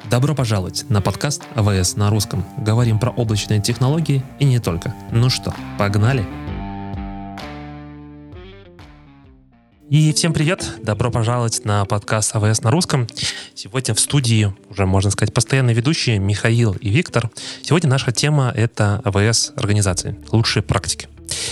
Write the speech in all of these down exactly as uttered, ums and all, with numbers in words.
Добро пожаловать на подкаст эй ви эс на русском. Говорим про облачные технологии и не только. Ну что, погнали? И всем привет! Добро пожаловать на подкаст эй ви эс на русском. Сегодня в студии, уже можно сказать, постоянные ведущие Михаил и Виктор. Сегодня наша тема — это эй ви эс-организации, лучшие практики.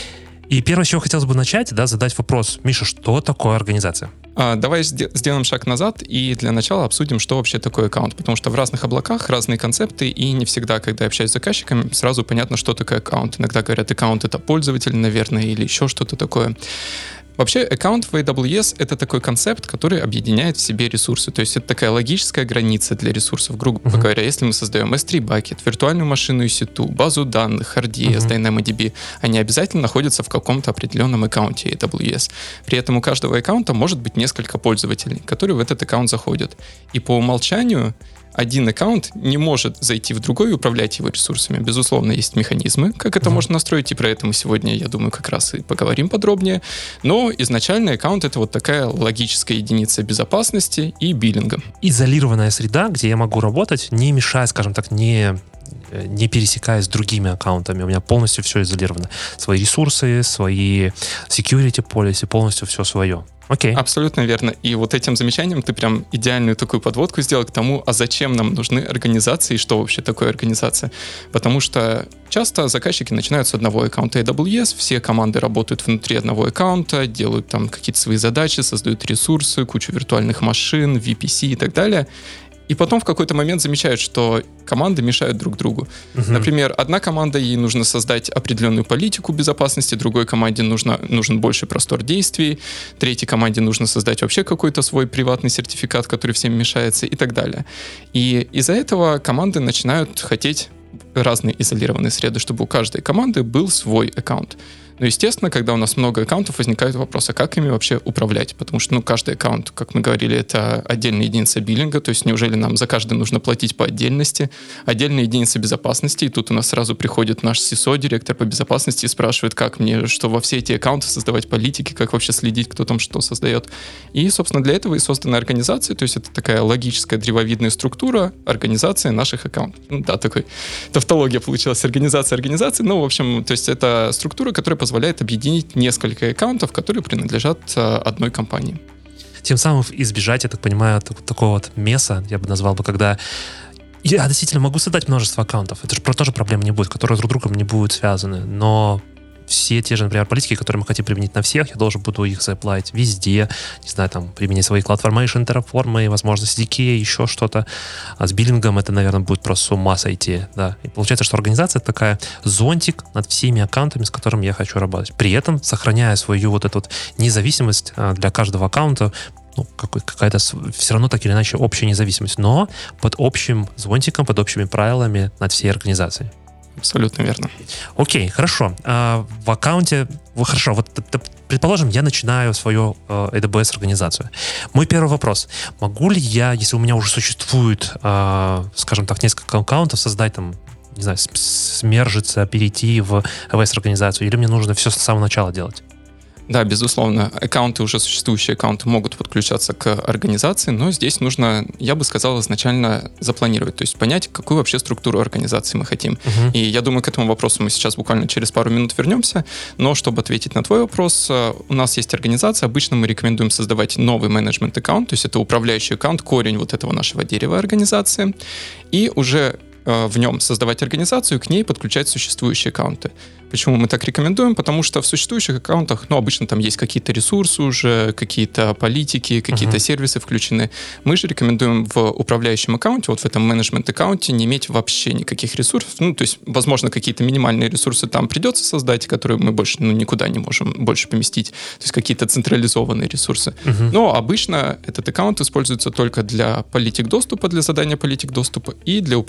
И первое, с чего хотелось бы начать, да, задать вопрос. Миша, что такое организация? А, давай сделаем шаг назад и для начала обсудим, что вообще такое аккаунт. Потому что в разных облаках разные концепты, и не всегда, когда я общаюсь с заказчиками, сразу понятно, что такое аккаунт. Иногда говорят, аккаунт — это пользователь, наверное, или еще что-то такое. Вообще, аккаунт в эй дабл ю эс — это такой концепт, который объединяет в себе ресурсы. То есть это такая логическая граница для ресурсов. Грубо uh-huh. говоря, если мы создаем эс три Bucket, виртуальную машину и си ту, базу данных, ар ди эс, uh-huh. DynamoDB, они обязательно находятся в каком-то определенном аккаунте эй дабл ю эс. При этом у каждого аккаунта может быть несколько пользователей, которые в этот аккаунт заходят. И по умолчанию один аккаунт не может зайти в другой и управлять его ресурсами. Безусловно, есть механизмы, как это mm-hmm. можно настроить, и про это мы сегодня, я думаю, как раз и поговорим подробнее. Но изначально аккаунт — это вот такая логическая единица безопасности и биллинга. Изолированная среда, где я могу работать, не мешая, скажем так, не... не пересекаясь с другими аккаунтами. У меня полностью все изолировано. Свои ресурсы, свои security policy, полностью все свое. Окей. Абсолютно верно. И вот этим замечанием ты прям идеальную такую подводку сделал к тому, а зачем нам нужны организации и что вообще такое организация. Потому что часто заказчики начинают с одного аккаунта эй дабл ю эс, все команды работают внутри одного аккаунта, делают там какие-то свои задачи, создают ресурсы, кучу виртуальных машин, ви пи си и так далее. И потом в какой-то момент замечают, что команды мешают друг другу. Uh-huh. Например, одна команда, ей нужно создать определенную политику безопасности, другой команде нужно, нужен больше простор действий, третьей команде нужно создать вообще какой-то свой приватный сертификат, который всем мешается и так далее. И из-за этого команды начинают хотеть разные изолированные среды, чтобы у каждой команды был свой аккаунт. Но, естественно, когда у нас много аккаунтов, возникает вопрос, а как ими вообще управлять? Потому что, ну, каждый аккаунт, как мы говорили, это отдельная единица биллинга, то есть неужели нам за каждый нужно платить по отдельности? Отдельная единица безопасности, и тут у нас сразу приходит наш си ай эс о, директор по безопасности, и спрашивает, как мне, что во все эти аккаунты создавать политики, как вообще следить, кто там что создает. И, собственно, для этого и создана организация, то есть это такая логическая древовидная структура организации наших аккаунтов. Ну, да, такой тавтология получилась, организация организации, ну, в общем, то есть это структура, которая позволяет объединить несколько аккаунтов, которые принадлежат а, одной компании. Тем самым избежать, я так понимаю, такого вот меса, я бы назвал бы, когда я действительно могу создать множество аккаунтов, это же тоже проблемы не будет, которые друг с другом не будут связаны, но все те же, например, политики, которые мы хотим применить на всех, я должен буду их заплатить везде, не знаю, там, применить свои CloudFormation, Terraform, возможно, эс ди кей, еще что-то. А с биллингом это, наверное, будет просто с ума сойти, да. И получается, что организация — это такая зонтик над всеми аккаунтами, с которыми я хочу работать. При этом сохраняя свою вот эту вот независимость для каждого аккаунта, ну, какая-то все равно так или иначе общая независимость, но под общим зонтиком, под общими правилами над всей организацией. Абсолютно верно. Окей, хорошо. А, в аккаунте... Хорошо, вот предположим, я начинаю свою э, эй дабл ю эс-организацию. Мой первый вопрос. Могу ли я, если у меня уже существует, э, скажем так, несколько аккаунтов, создать там, не знаю, смержиться, перейти в эй ви эс-организацию, или мне нужно все с самого начала делать? Да, безусловно, аккаунты, уже существующие аккаунты могут подключаться к организации, но здесь нужно, я бы сказал, изначально запланировать, то есть понять, какую вообще структуру организации мы хотим. Uh-huh. И я думаю, к этому вопросу мы сейчас буквально через пару минут вернемся, но чтобы ответить на твой вопрос, у нас есть организация, обычно мы рекомендуем создавать новый менеджмент-аккаунт, то есть это управляющий аккаунт, корень вот этого нашего дерева организации, и уже в нем создавать организацию, к ней подключать существующие аккаунты. Почему мы так рекомендуем? Потому что в существующих аккаунтах, ну, обычно там есть какие-то ресурсы уже, какие-то политики, какие-то uh-huh. сервисы включены. Мы же рекомендуем в управляющем аккаунте, вот в этом менеджмент-аккаунте, не иметь вообще никаких ресурсов. Ну, то есть, возможно, какие-то минимальные ресурсы там придется создать, которые мы больше, ну, никуда не можем больше поместить. То есть, какие-то централизованные ресурсы. Uh-huh. Но обычно этот аккаунт используется только для политик доступа, для задания политик доступа и для управления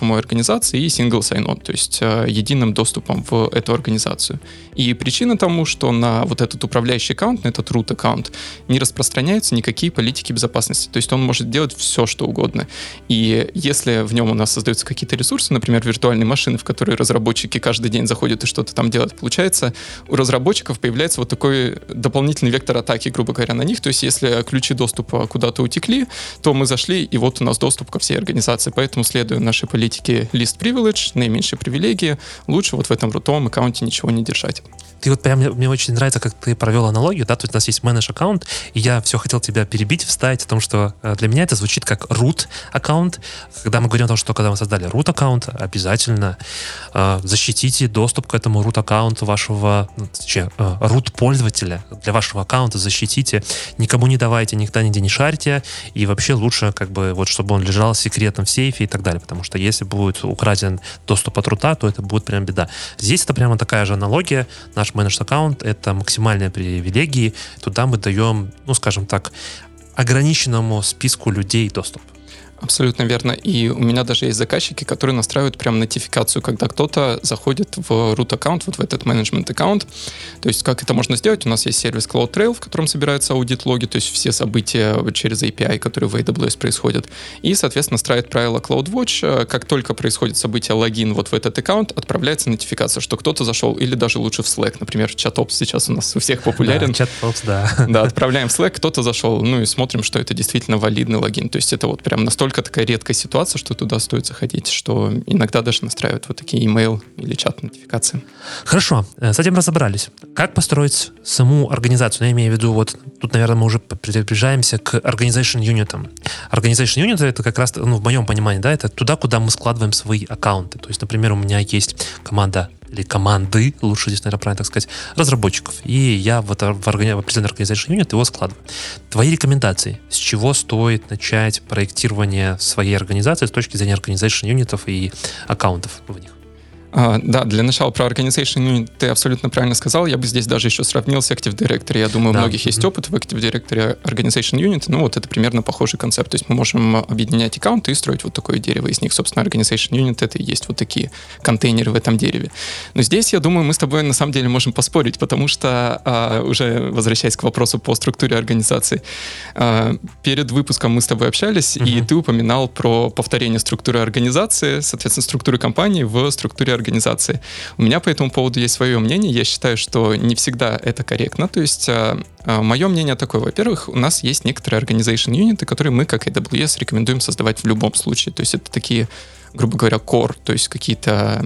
самой организации и single sign-on, то есть э, единым доступом в эту организацию. И причина тому, что на вот этот управляющий аккаунт, на этот root аккаунт не распространяются никакие политики безопасности. То есть он может делать все, что угодно. И если в нем у нас создаются какие-то ресурсы, например, виртуальные машины, в которые разработчики каждый день заходят и что-то там делают, получается, у разработчиков появляется вот такой дополнительный вектор атаки, грубо говоря, на них. То есть если ключи доступа куда-то утекли, то мы зашли, и вот у нас доступ ко всей организации. Поэтому, следуя нашей политике least privilege, наименьшие привилегии, лучше вот в этом рутовом аккаунте ничего не держать. Ты вот прям, мне, мне очень нравится, как ты провел аналогию, да, то есть у нас есть manage аккаунт, и я все хотел тебя перебить, вставить о том, что для меня это звучит как root аккаунт. Когда мы говорим о том, что когда мы создали root аккаунт, обязательно э, защитите доступ к этому root аккаунту вашего, ну, точнее, э, root пользователя для вашего аккаунта, защитите, никому не давайте, никогда нигде не шарьте, и вообще лучше, как бы, вот, чтобы он лежал секретом в сейфе и так далее, потому что если будет украден доступ от рута, то это будет прям беда. Здесь это прямо такая же аналогия. Наш managed аккаунт — это максимальные привилегии. Туда мы даем, ну, скажем так, ограниченному списку людей доступ. Абсолютно верно. И у меня даже есть заказчики, которые настраивают прям нотификацию, когда кто-то заходит в root аккаунт, вот в этот management аккаунт. То есть как это можно сделать? У нас есть сервис CloudTrail, в котором собираются аудит-логи, то есть все события через эй пи ай, которые в эй дабл ю эс происходят. И, соответственно, настраивает правила CloudWatch. Как только происходит событие логин вот в этот аккаунт, отправляется нотификация, что кто-то зашел, или даже лучше в Slack. Например, ChatOps сейчас у нас у всех популярен. Да, ChatOps, да. Да, отправляем в Slack, кто-то зашел, ну и смотрим, что это действительно валидный логин. То есть это вот прям настолько такая редкая ситуация, что туда стоит заходить, что иногда даже настраивают вот такие email или чат-нотификации. Хорошо, с этим разобрались. Как построить саму организацию? Я имею в виду, вот тут, наверное, мы уже приближаемся к organization unit. Organization unit — это как раз, ну, в моем понимании, да, это туда, куда мы складываем свои аккаунты. То есть, например, у меня есть команда или команды, лучше здесь, наверное, правильно так сказать, разработчиков. И я в, это, в, органи- в определенный organization unit его складываю. Твои рекомендации, с чего стоит начать проектирование своей организации с точки зрения organization юнитов и аккаунтов в них? Uh, да, для начала про Organization Unit ты абсолютно правильно сказал. Я бы здесь даже еще сравнил с Active Directory. Я думаю, да. у многих mm-hmm. есть опыт в Active Directory Organization Unit. Ну, вот это примерно похожий концепт. То есть мы можем объединять аккаунты и строить вот такое дерево. Из них, собственно, Organization Unit — это и есть вот такие контейнеры в этом дереве. Но здесь, я думаю, мы с тобой на самом деле можем поспорить, потому что, uh, уже возвращаясь к вопросу по структуре организации, uh, перед выпуском мы с тобой общались, mm-hmm. и ты упоминал про повторение структуры организации, соответственно, структуры компании в структуре организации. организации. У меня по этому поводу есть свое мнение. Я считаю, что не всегда это корректно. То есть э, э, мое мнение такое. Во-первых, у нас есть некоторые organization юниты, которые мы, как эй дабл ю эс, рекомендуем создавать в любом случае. То есть это такие, грубо говоря, core, то есть какие-то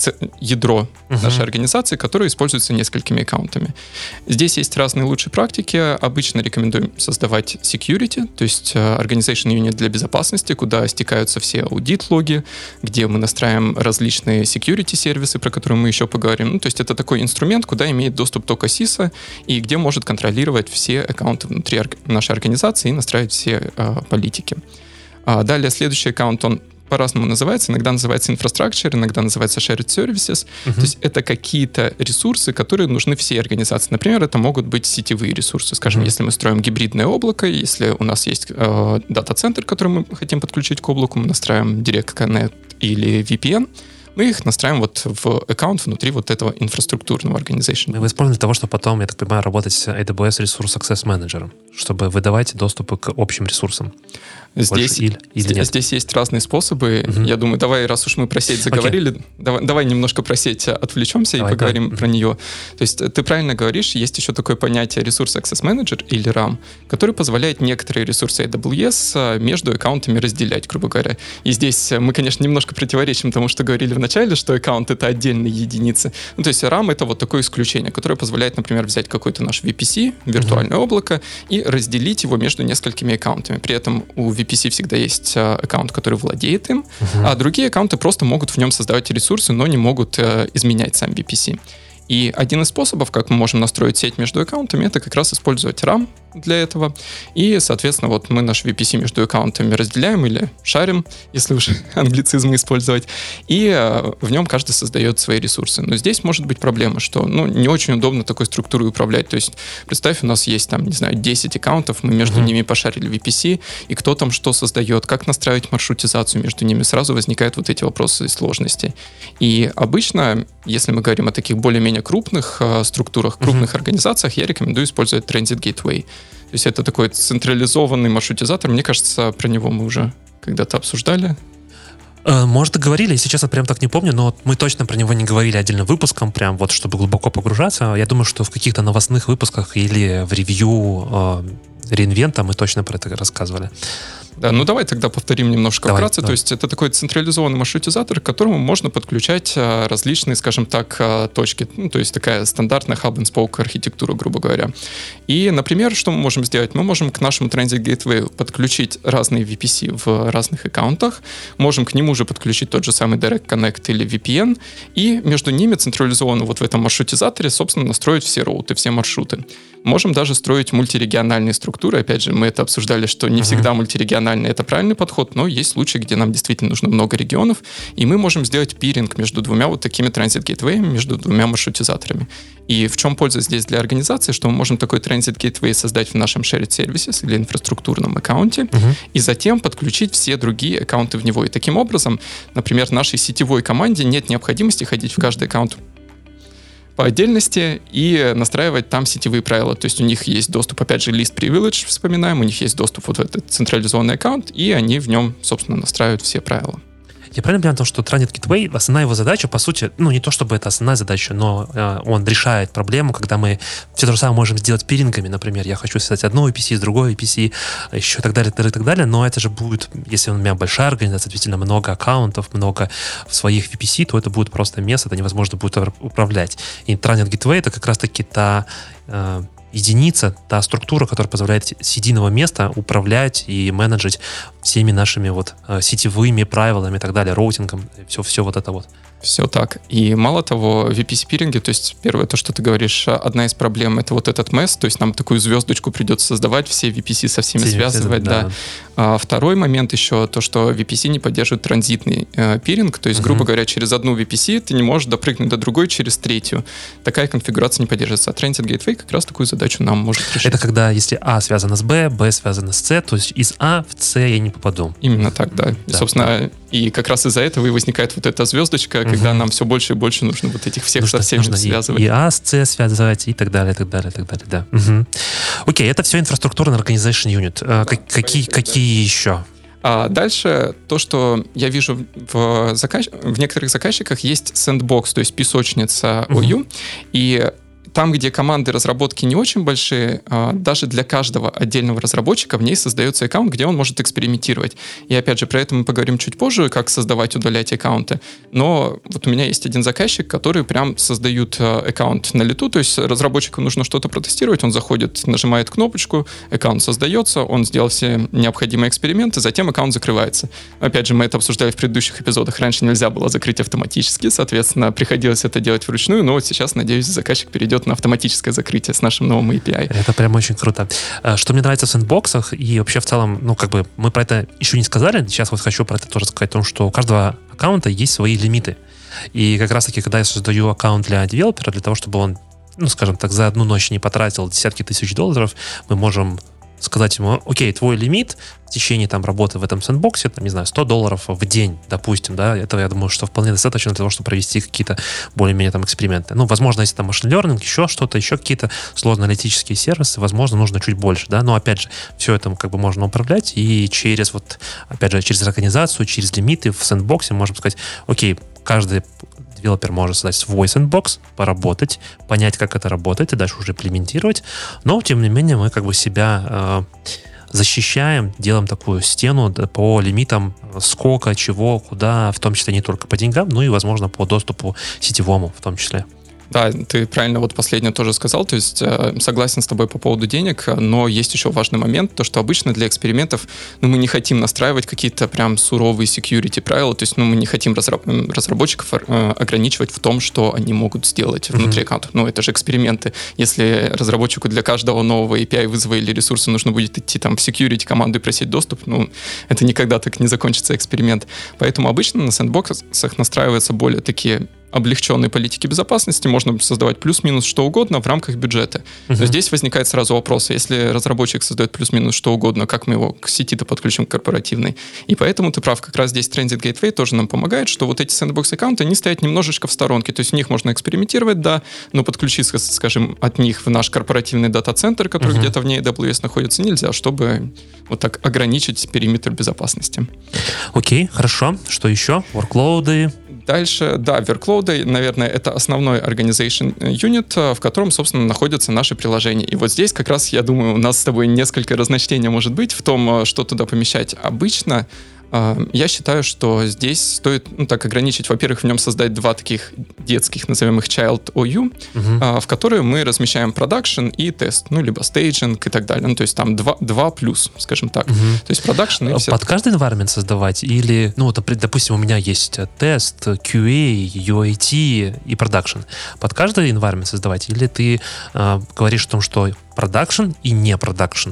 ядро uh-huh. нашей организации, которые используются несколькими аккаунтами. Здесь есть разные лучшие практики. Обычно рекомендуем создавать security, то есть organization unit для безопасности, куда стекаются все аудит-логи, где мы настраиваем различные security-сервисы, про которые мы еще поговорим. Ну, то есть это такой инструмент, куда имеет доступ только сисо, и где может контролировать все аккаунты внутри нашей организации и настраивать все э, политики. А далее следующий аккаунт, он по-разному называется. Иногда называется infrastructure, иногда называется shared services. Uh-huh. То есть это какие-то ресурсы, которые нужны всей организации. Например, это могут быть сетевые ресурсы. Скажем, uh-huh. если мы строим гибридное облако, если у нас есть э, дата-центр, который мы хотим подключить к облаку, мы настраиваем Direct Connect или ви пи эн, мы их настраиваем вот в аккаунт внутри вот этого инфраструктурного организации. Вы используете для того, чтобы потом, я так понимаю, работать с эй дабл ю эс Resource Access Manager, чтобы выдавать доступы к общим ресурсам. Здесь, или, или нет? Здесь есть разные способы. Угу. Я думаю, давай, раз уж мы про сеть заговорили, okay. давай, давай немножко про сеть отвлечемся давай, и поговорим да. про нее. То есть ты правильно говоришь, есть еще такое понятие Resource Access Manager или рам, который позволяет некоторые ресурсы эй дабл ю эс между аккаунтами разделять, грубо говоря. И здесь мы, конечно, немножко противоречим тому, что говорили в начале, что аккаунт — это отдельные единицы. Ну, то есть рам — это вот такое исключение, которое позволяет, например, взять какой-то наш ви пи си, виртуальное uh-huh. облако, и разделить его между несколькими аккаунтами. При этом у ви пи си всегда есть а, аккаунт, который владеет им, uh-huh. а другие аккаунты просто могут в нем создавать ресурсы, но не могут а, изменять сам ви пи си. И один из способов, как мы можем настроить сеть между аккаунтами, это как раз использовать рам. для этого. И, соответственно, вот мы наш ви пи си между аккаунтами разделяем или шарим, если уж англицизмы использовать. И э, в нем каждый создает свои ресурсы. Но здесь может быть проблема, что ну, не очень удобно такой структурой управлять. То есть, представь, у нас есть там, не знаю, десять аккаунтов, мы между mm-hmm. ними пошарили ви пи си, и кто там что создает, как настраивать маршрутизацию между ними, сразу возникают вот эти вопросы и сложности. И обычно, если мы говорим о таких более-менее крупных э, структурах, крупных mm-hmm. организациях, я рекомендую использовать Transit Gateway. То есть это такой централизованный маршрутизатор. Мне кажется, про него мы уже когда-то обсуждали. Может, и говорили, если честно, прям так не помню, но мы точно про него не говорили отдельным выпуском, прям вот, чтобы глубоко погружаться. Я думаю, что в каких-то новостных выпусках или в ревью э, реинвента мы точно про это рассказывали. Да, ну давай тогда повторим немножко давай, вкратце. давай. То есть это такой централизованный маршрутизатор, к которому можно подключать а, различные, скажем так, а, точки. Ну, то есть такая стандартная hub-and-spoke архитектура, грубо говоря. И, например, что мы можем сделать? Мы можем к нашему Transit Gateway подключить разные ви пи си в разных аккаунтах, можем к нему же подключить тот же самый Direct Connect или ви пи эн, и между ними централизованно вот в этом маршрутизаторе, собственно, настроить все роуты, все маршруты. Можем даже строить мультирегиональные структуры. Опять же, мы это обсуждали, что не uh-huh. всегда мультирегиональные это правильный подход, но есть случаи, где нам действительно нужно много регионов, и мы можем сделать пиринг между двумя вот такими Transit Gateway, между двумя маршрутизаторами. И в чем польза здесь для организации, что мы можем такой Transit Gateway создать в нашем Shared Services или инфраструктурном аккаунте, uh-huh. и затем подключить все другие аккаунты в него. И таким образом, например, нашей сетевой команде нет необходимости ходить в каждый аккаунт по отдельности и настраивать там сетевые правила. То есть у них есть доступ, опять же, list privilege, вспоминаем, у них есть доступ вот в этот централизованный аккаунт, и они в нем, собственно, настраивают все правила. Я правильно понимаю, что Transit Gateway, основная его задача, по сути, ну, не то чтобы это основная задача, но э, он решает проблему, когда мы все то же самое можем сделать пирингами, например, я хочу связать одно ви пи си с другой ви пи си, еще и так далее, и так далее, но это же будет, если у меня большая организация, действительно много аккаунтов, много своих ви пи си, то это будет просто место, это невозможно будет управлять. И Transit Gateway — это как раз-таки та э, единица, та структура, которая позволяет с единого места управлять и менеджить всеми нашими вот э, сетевыми правилами и так далее, роутингом, все, все вот это вот. Все так. И мало того, ви пи си-пиринги, то есть первое, то, что ты говоришь, одна из проблем — это вот этот месс, то есть нам такую звездочку придется создавать, все ви пи си со всеми все связывать. Да. Да. А второй момент еще, то, что ви пи си не поддерживает транзитный э, пиринг, то есть, грубо uh-huh. говоря, через одну ви пи си ты не можешь допрыгнуть до другой через третью. Такая конфигурация не поддерживается. А Transit Gateway как раз такую задачу нам может решить. Это когда, если А связано с Б, Б связано с С, то есть из А в С я не попаду. Именно так, да. И, да. собственно, и как раз из-за этого и возникает вот эта звездочка, uh-huh. когда нам все больше и больше нужно вот этих всех нужно, со всеми нужно связывать. И, и А с С связывать, и так далее, и так далее, и так далее, да. Угу. Окей, это все инфраструктура на Organization Unit. А, как, какие, какие еще? А дальше то, что я вижу в, заказ... в некоторых заказчиках, есть сэндбокс, то есть песочница uh-huh. о ю, и там, где команды разработки не очень большие, даже для каждого отдельного разработчика в ней создается аккаунт, где он может экспериментировать. И опять же, про это мы поговорим чуть позже, как создавать, удалять аккаунты. Но вот у меня есть один заказчик, который прям создают аккаунт на лету, то есть разработчику нужно что-то протестировать, он заходит, нажимает кнопочку, аккаунт создается, он сделал все необходимые эксперименты, затем аккаунт закрывается. Опять же, мы это обсуждали в предыдущих эпизодах. Раньше нельзя было закрыть автоматически, соответственно, приходилось это делать вручную, но вот сейчас, надеюсь, заказчик перейдет на автоматическое закрытие с нашим новым эй пи ай. Это прям очень круто. Что мне нравится в сэндбоксах, и вообще в целом, ну, как бы мы про это еще не сказали, сейчас вот хочу про это тоже сказать, о том, что у каждого аккаунта есть свои лимиты. И как раз-таки, когда я создаю аккаунт для девелопера, для того, чтобы он, ну, скажем так, за одну ночь не потратил десятки тысяч долларов, мы можем сказать ему: окей, твой лимит в течение там работы в этом сэндбоксе, там, не знаю, сто долларов в день, допустим, да, этого, я думаю, что вполне достаточно для того, чтобы провести какие-то более-менее там эксперименты. Ну, возможно, если там машин learning, еще что-то, еще какие-то сложно-аналитические сервисы, возможно, нужно чуть больше, да, но, опять же, все это как бы можно управлять, и через вот, опять же, через организацию, через лимиты в сэндбоксе можем сказать: окей, каждый девелопер может создать свой сэндбокс, поработать, понять, как это работает, и дальше уже имплементировать. Но, тем не менее, мы как бы себя э, защищаем, делаем такую стену по лимитам сколько, чего, куда, в том числе не только по деньгам, но и, возможно, по доступу сетевому в том числе. Да, ты правильно вот последнее тоже сказал, то есть согласен с тобой по поводу денег, но есть еще важный момент, то что обычно для экспериментов, ну, мы не хотим настраивать какие-то прям суровые security правила, то есть, ну, мы не хотим разраб- разработчиков ограничивать в том, что они могут сделать внутри mm-hmm. аккаунта. Ну, это же эксперименты. Если разработчику для каждого нового эй пи ай вызова или ресурса нужно будет идти там в security команду и просить доступ, ну, это никогда так не закончится эксперимент. Поэтому обычно на сэндбоксах настраиваются более такие облегченной политики безопасности, можно создавать плюс-минус что угодно в рамках бюджета. Uh-huh. Но здесь возникает сразу вопрос, если разработчик создает плюс-минус что угодно, как мы его к сети-то подключим к корпоративной? И поэтому ты прав, как раз здесь Transit Gateway тоже нам помогает, что вот эти сэндбокс-аккаунты, они стоят немножечко в сторонке, то есть в них можно экспериментировать, да, но подключиться, скажем, от них в наш корпоративный дата-центр, который uh-huh. где-то вне эй дабл ю эс находится, нельзя, чтобы вот так ограничить периметр безопасности. Окей, okay, хорошо. Что еще? Workload. Дальше, да, workload, наверное, это основной organization unit, в котором, собственно, находятся наши приложения. И вот здесь как раз, я думаю, у нас с тобой несколько разночтений может быть в том, что туда помещать. Обычно я считаю, что здесь стоит, ну, так ограничить, во-первых, в нем создать два таких детских, назовем их child о ю, uh-huh. в которые мы размещаем production и тест, ну, либо staging и так далее. Ну, то есть там два, два плюс, скажем так. Uh-huh. То есть production и все. Под каждый environment создавать? Или, ну, вот, допустим, у меня есть тест, кью эй, ю эй ти и production. Под каждый environment создавать? Или ты э, говоришь о том, что production и не production?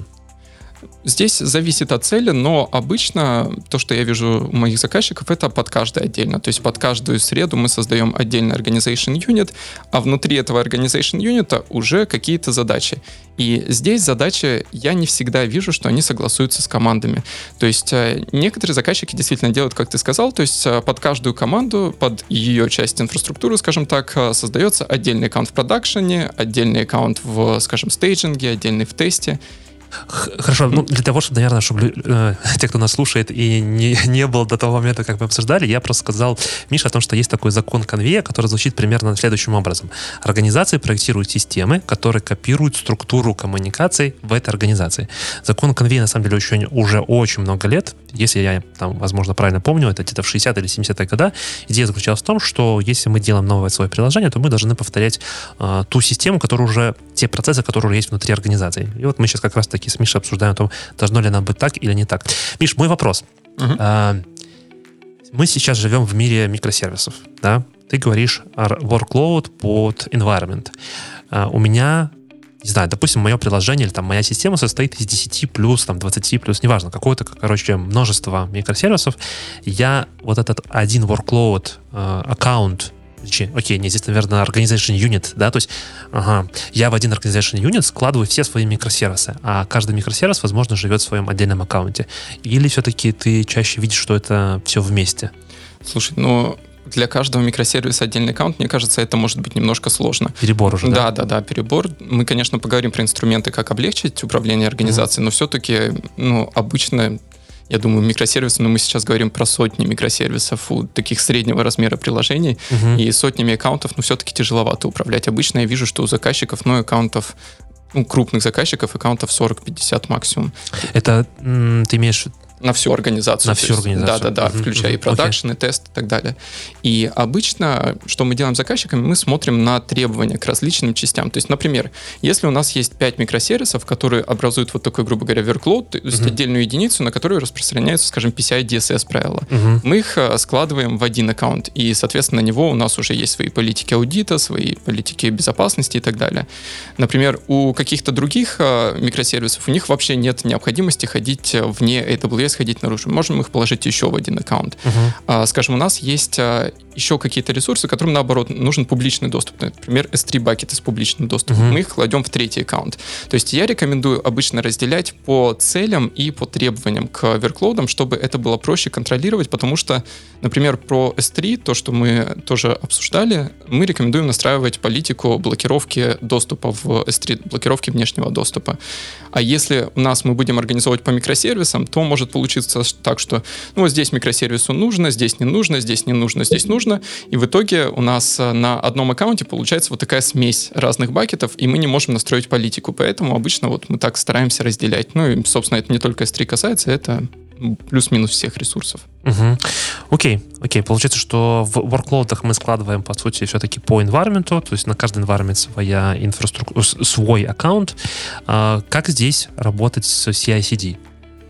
Здесь зависит от цели, но обычно то, что я вижу у моих заказчиков, это под каждый отдельно. То есть под каждую среду мы создаем отдельный organization unit, а внутри этого organization unit уже какие-то задачи. И здесь задачи я не всегда вижу, что они согласуются с командами. То есть некоторые заказчики действительно делают, как ты сказал, то есть под каждую команду, под ее часть инфраструктуры, скажем так, создается отдельный аккаунт в продакшене, отдельный аккаунт в, скажем, стейджинге, отдельный в тесте. Хорошо, ну для того, чтобы, наверное, чтобы э, те, кто нас слушает и не, не был до того момента, как мы обсуждали, я просто сказал Мише о том, что есть такой закон конвея, который звучит примерно следующим образом. Организации проектируют системы, которые копируют структуру коммуникаций в этой организации. Закон конвея, на самом деле, очень, уже очень много лет. Если я, там, возможно, правильно помню, это где-то в шестидесятые или семидесятые годы. Идея заключалась в том, что если мы делаем новое свое приложение, то мы должны повторять э, ту систему, которая уже, те процессы, которые уже есть внутри организации. И вот мы сейчас как раз-таки с Мишей обсуждаем о том, должно ли нам быть так или не так. Миш, мой вопрос. Uh-huh. А, мы сейчас живем в мире микросервисов, да? Ты говоришь workload под environment. А, у меня, не знаю, допустим, мое приложение или там моя система состоит из десяти плюс, там, двадцати плюс, неважно, какое-то, короче, множество микросервисов. Я вот этот один workload э, аккаунт, окей, не здесь, наверное, organization unit, да, то есть, ага, я в один organization unit складываю все свои микросервисы, а каждый микросервис, возможно, живет в своем отдельном аккаунте. Или все-таки ты чаще видишь, что это все вместе? Слушай, ну, для каждого микросервиса отдельный аккаунт, мне кажется, это может быть немножко сложно. Перебор уже, да? Да, да, да, перебор. Мы, конечно, поговорим про инструменты, как облегчить управление организацией, mm-hmm. но все-таки, ну, обычно... Я думаю, микросервисы, но мы сейчас говорим про сотни микросервисов у таких среднего размера приложений, uh-huh. и сотнями аккаунтов, ну, все-таки тяжеловато управлять. Обычно я вижу, что у заказчиков, ну, аккаунтов, ну, крупных заказчиков, аккаунтов сорок-пятьдесят максимум. Это м, ты имеешь... На всю организацию. На всю организацию. Да-да-да, uh-huh, включая uh-huh, и продакшн, okay. и тест, и так далее. И обычно, что мы делаем с заказчиками, мы смотрим на требования к различным частям. То есть, например, если у нас есть пять микросервисов, которые образуют вот такой, грубо говоря, workload, то есть uh-huh. отдельную единицу, на которую распространяются, скажем, пи си ай ди эс эс правила. Uh-huh. Мы их складываем в один аккаунт, и, соответственно, на него у нас уже есть свои политики аудита, свои политики безопасности и так далее. Например, у каких-то других микросервисов у них вообще нет необходимости ходить вне эй дабл ю эс, ходить наружу. Можем их положить еще в один аккаунт. Uh-huh. А, скажем, у нас есть а, еще какие-то ресурсы, которым, наоборот, нужен публичный доступ. Например, эс три бакеты с публичным доступом. Uh-huh. Мы их кладем в третий аккаунт. То есть я рекомендую обычно разделять по целям и по требованиям к workload'ам, чтобы это было проще контролировать, потому что, например, про эс три, то, что мы тоже обсуждали, мы рекомендуем настраивать политику блокировки доступа в эс три, блокировки внешнего доступа. А если у нас мы будем организовывать по микросервисам, то может получиться так, что ну, вот здесь микросервису нужно, здесь не нужно, здесь не нужно, здесь нужно, и в итоге у нас на одном аккаунте получается вот такая смесь разных бакетов, и мы не можем настроить политику, поэтому обычно вот мы так стараемся разделять. Ну и, собственно, это не только эс три касается, это плюс-минус всех ресурсов. Угу. Окей, окей. Получается, что в workload'ах мы складываем, по сути, все-таки по environment, то есть на каждый environment своя инфраструктура, свой аккаунт. Как здесь работать с си ай си ди?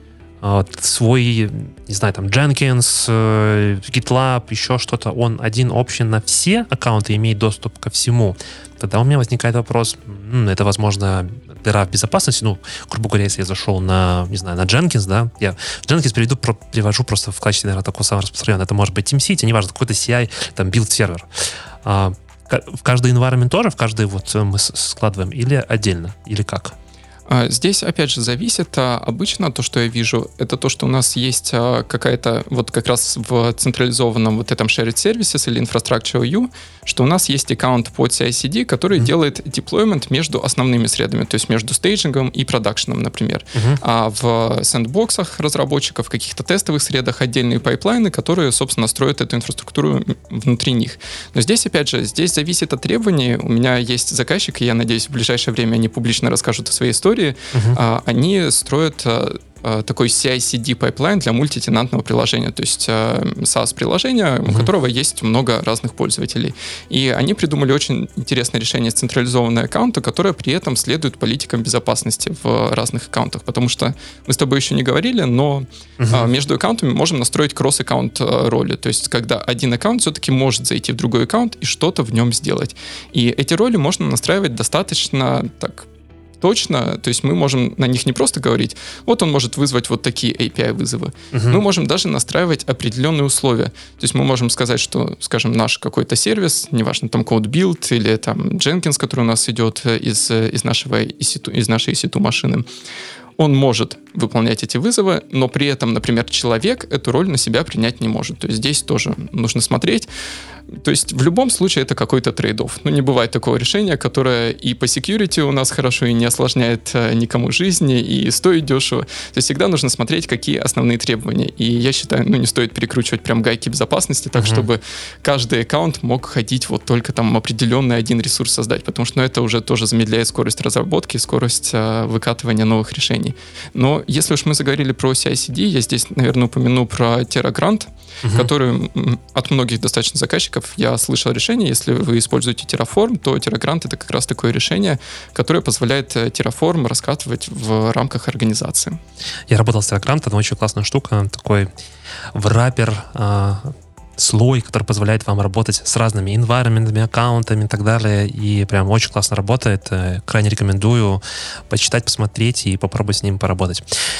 Свой, не знаю, там, Jenkins, GitLab, еще что-то, он один общий на все аккаунты, имеет доступ ко всему. Тогда у меня возникает вопрос, это, возможно, дыра в безопасности, ну, грубо говоря, если я зашел на, не знаю, на Jenkins, да, я Jenkins переведу, про, привожу просто в качестве, наверное, такого самого распространенного, это может быть TeamCity, неважно, какой-то си ай, там, билд-сервер. А, в каждый environment тоже, в каждый вот мы складываем, или отдельно, или как? Здесь, опять же, зависит. Обычно то, что я вижу, это то, что у нас есть какая-то, вот как раз в централизованном вот этом shared services или infrastructure view, что у нас есть аккаунт под си ай си ди, который mm-hmm. делает деплоймент между основными средами, то есть между стейджингом и продакшеном, например. Mm-hmm. А в сэндбоксах разработчиков, в каких-то тестовых средах отдельные пайплайны, которые, собственно, строят эту инфраструктуру внутри них. Но здесь, опять же, здесь зависит от требований. У меня есть заказчик, и я надеюсь, в ближайшее время они публично расскажут о своей истории. Uh-huh. А, они строят а, а, такой си ай си ди пайплайн для мультитенантного приложения, то есть а, SaaS-приложение, uh-huh. у которого есть много разных пользователей. И они придумали очень интересное решение централизованного аккаунта, которое при этом следует политикам безопасности в разных аккаунтах, потому что мы с тобой еще не говорили, но uh-huh. а, между аккаунтами можем настроить кросс-аккаунт а, роли, то есть когда один аккаунт все-таки может зайти в другой аккаунт и что-то в нем сделать. И эти роли можно настраивать достаточно так точно, то есть мы можем на них не просто говорить, вот он может вызвать вот такие эй пи ай-вызовы. Uh-huh. Мы можем даже настраивать определенные условия. То есть мы можем сказать, что, скажем, наш какой-то сервис, неважно, там CodeBuild или там Jenkins, который у нас идет из, из, нашего и си ту, из нашей и си ту-машины, он может выполнять эти вызовы, но при этом, например, человек эту роль на себя принять не может. То есть здесь тоже нужно смотреть. То есть в любом случае это какой-то трейд-офф. Ну, не бывает такого решения, которое и по security у нас хорошо, и не осложняет э, никому жизни, и стоит дешево. То есть всегда нужно смотреть, какие основные требования. И я считаю, ну, не стоит перекручивать прям гайки безопасности так, uh-huh. чтобы каждый аккаунт мог ходить вот только там определенный один ресурс создать, потому что ну, это уже тоже замедляет скорость разработки, скорость э, выкатывания новых решений. Но если уж мы заговорили про си ай си ди, я здесь, наверное, упомяну про TerraGrant, uh-huh. который от многих достаточно заказчиков я слышал решение, если вы используете Terraform, то TerraGrant — это как раз такое решение, которое позволяет Terraform раскатывать в рамках организации. Я работал с TerraGrant, это очень классная штука, такой враппер, э, слой, который позволяет вам работать с разными environment'ами, аккаунтами и так далее, и прям очень классно работает. Крайне рекомендую почитать, посмотреть и попробовать с ним поработать.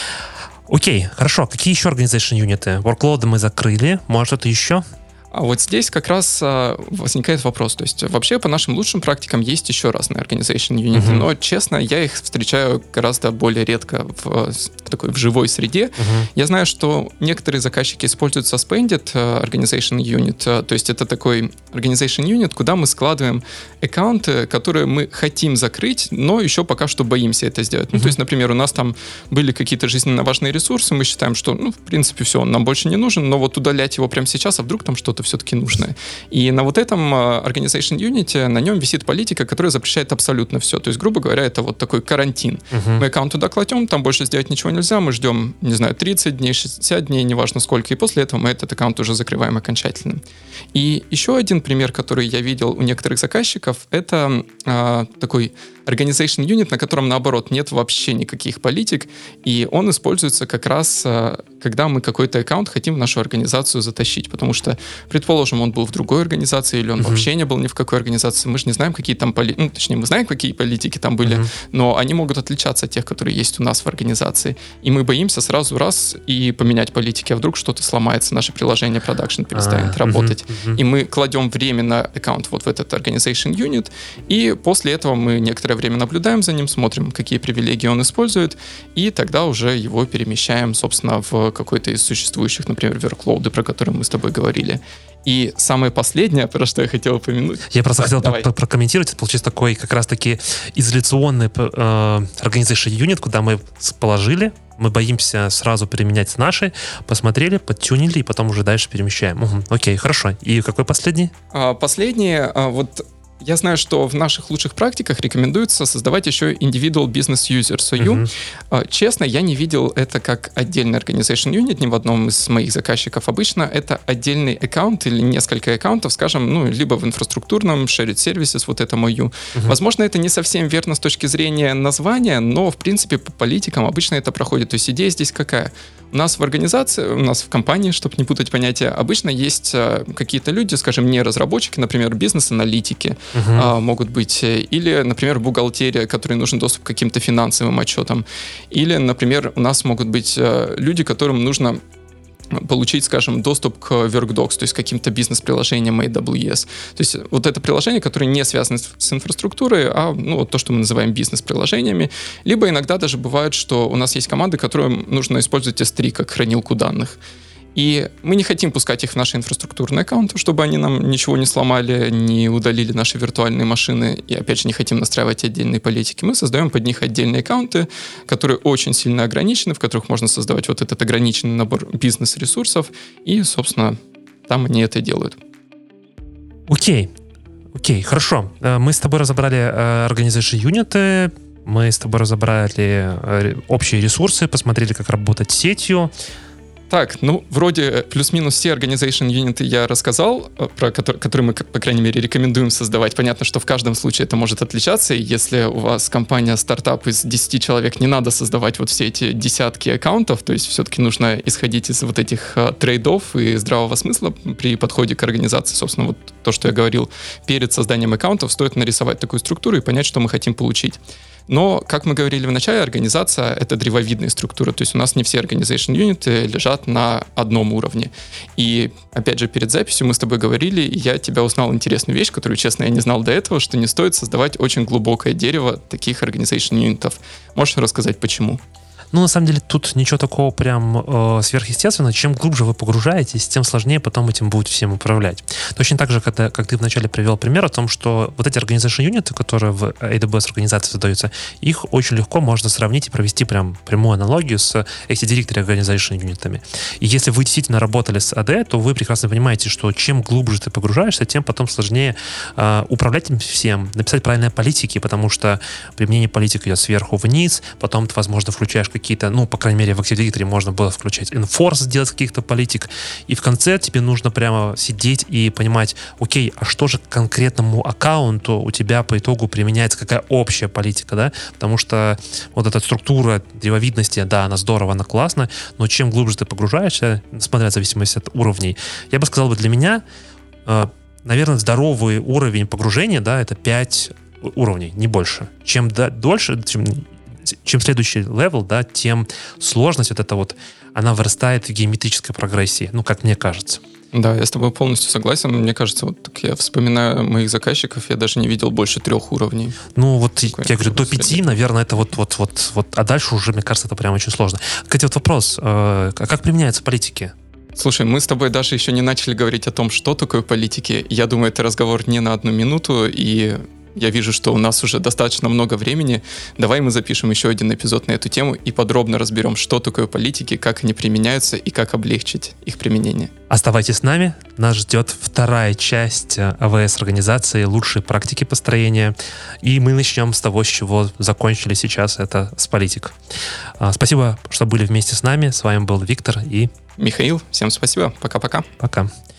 Окей, хорошо. Какие еще organization юниты? Workload мы закрыли. Может, что-то еще? А вот здесь как раз а, возникает вопрос. То есть вообще по нашим лучшим практикам есть еще разные organization юниты, uh-huh. но, честно, я их встречаю гораздо более редко в, в такой в живой среде. Uh-huh. Я знаю, что некоторые заказчики используют Suspended Organization Unit, то есть это такой organization unit, куда мы складываем аккаунты, которые мы хотим закрыть, но еще пока что боимся это сделать. Uh-huh. Ну, то есть, например, у нас там были какие-то жизненно важные ресурсы, мы считаем, что, ну, в принципе, все, он нам больше не нужен, но вот удалять его прямо сейчас, а вдруг там что-то все-таки нужное. И на вот этом Organization Unit, на нем висит политика, которая запрещает абсолютно все. То есть, грубо говоря, это вот такой карантин. Uh-huh. Мы аккаунт туда кладем, там больше сделать ничего нельзя, мы ждем, не знаю, тридцать дней, шестьдесят дней, неважно сколько, и после этого мы этот аккаунт уже закрываем окончательно. И еще один пример, который я видел у некоторых заказчиков, это а, такой Organization Unit, на котором, наоборот, нет вообще никаких политик, и он используется как раз, а, когда мы какой-то аккаунт хотим в нашу организацию затащить, потому что, предположим, он был в другой организации, или он uh-huh. вообще не был ни в какой организации, мы же не знаем, какие там политики, ну, точнее, мы знаем, какие политики там были, uh-huh. но они могут отличаться от тех, которые есть у нас в организации, и мы боимся сразу раз и поменять политики, а вдруг что-то сломается, наше приложение продакшн перестанет uh-huh. работать, uh-huh. и мы кладем временно аккаунт вот в этот Organization Unit, и после этого мы некоторое время наблюдаем за ним, смотрим, какие привилегии он использует, и тогда уже его перемещаем, собственно, в какой-то из существующих, например, workload, про которые мы с тобой говорили. И самое последнее, про что я хотел упомянуть. Я просто да, хотел про- прокомментировать. Это получился такой как раз-таки изоляционный э, organization unit, куда мы положили, мы боимся сразу переменять наши, посмотрели, подтюнили, и потом уже дальше перемещаем. Угу. Окей, хорошо. И какой последний? А, последний, а, вот Я знаю, что в наших лучших практиках рекомендуется создавать еще Individual Business Users эй ю. Uh-huh. Честно, я не видел это как отдельный Organization Unit ни в одном из моих заказчиков. Обычно это отдельный аккаунт или несколько аккаунтов, скажем, ну, либо в инфраструктурном, Shared Services, вот это эй ю. Uh-huh. Возможно, это не совсем верно с точки зрения названия, но, в принципе, по политикам обычно это проходит. То есть идея здесь какая? У нас в организации, у нас в компании, чтобы не путать понятия, обычно есть а, какие-то люди, скажем, не разработчики, например, бизнес-аналитики uh-huh. а, могут быть, или, например, бухгалтерия, которой нужен доступ к каким-то финансовым отчетам, или, например, у нас могут быть а, люди, которым нужно получить, скажем, доступ к WorkDocs, то есть к каким-то бизнес-приложениям эй дабл ю эс. То есть вот это приложение, которое не связано с инфраструктурой, а ну, вот то, что мы называем бизнес-приложениями. Либо иногда даже бывает, что у нас есть команды, которым нужно использовать эс три как хранилку данных. И мы не хотим пускать их в наши инфраструктурные аккаунты, чтобы они нам ничего не сломали, не удалили наши виртуальные машины. И опять же, не хотим настраивать отдельные политики. Мы создаем под них отдельные аккаунты, которые очень сильно ограничены, в которых можно создавать вот этот ограниченный набор бизнес-ресурсов. И, собственно, там они это делают. Окей. Окей, хорошо. Мы с тобой разобрали Organization Unit, мы с тобой разобрали общие ресурсы, посмотрели, как работать с сетью. Так, ну, вроде плюс-минус все Organization Unit я рассказал, про которые, которые мы, по крайней мере, рекомендуем создавать. Понятно, что в каждом случае это может отличаться, и если у вас компания стартап из десяти человек, не надо создавать вот все эти десятки аккаунтов, то есть все-таки нужно исходить из вот этих а, трейдов и здравого смысла при подходе к организации. Собственно, вот то, что я говорил, перед созданием аккаунтов стоит нарисовать такую структуру и понять, что мы хотим получить. Но, как мы говорили в начале, организация — это древовидная структура, то есть у нас не все Organization Unit лежат на одном уровне. И, опять же, перед записью мы с тобой говорили, и я от тебя узнал интересную вещь, которую, честно, я не знал до этого, что не стоит создавать очень глубокое дерево таких Organization Unit'ов. Можешь рассказать, почему? Ну, на самом деле, тут ничего такого прям э, сверхъестественного. Чем глубже вы погружаетесь, тем сложнее потом этим будет всем управлять. Точно так же, когда, как ты вначале привел пример о том, что вот эти organization units, которые в эй дабл ю эс организации создаются, их очень легко можно сравнить и провести прям прямую аналогию с эти Directory Organization Unit'ами. И если вы действительно работали с эй ди, то вы прекрасно понимаете, что чем глубже ты погружаешься, тем потом сложнее э, управлять им всем, написать правильные политики, потому что применение политик идет сверху вниз, потом ты, возможно, включаешь какие какие-то, ну, по крайней мере, в Active Directory можно было включать enforce, сделать каких-то политик, и в конце тебе нужно прямо сидеть и понимать, окей, а что же к конкретному аккаунту у тебя по итогу применяется, какая общая политика, да, потому что вот эта структура древовидности, да, она здорово, она классная, но чем глубже ты погружаешься, смотря в зависимости от уровней, я бы сказал бы, для меня, э, наверное, здоровый уровень погружения, да, это пять уровней, не больше. Чем да, дольше, чем чем следующий левел, да, тем сложность вот эта вот, она вырастает в геометрической прогрессии, ну, как мне кажется. Да, я с тобой полностью согласен. Мне кажется, вот так я вспоминаю моих заказчиков, я даже не видел больше трех уровней. Ну, вот Такое я говорю, до пяти, наверное, это вот, вот, вот, вот, а дальше уже, мне кажется, это прям очень сложно. Кстати, вот вопрос, э, как применяются политики? Слушай, мы с тобой даже еще не начали говорить о том, что такое политики. Я думаю, это разговор не на одну минуту, и я вижу, что у нас уже достаточно много времени. Давай мы запишем еще один эпизод на эту тему и подробно разберем, что такое политики, как они применяются и как облегчить их применение. Оставайтесь с нами. Нас ждет вторая часть эй ви эс-организации «Лучшие практики построения». И мы начнем с того, с чего закончили сейчас, это с политик. Спасибо, что были вместе с нами. С вами был Виктор и... Михаил. Всем спасибо. Пока-пока. Пока.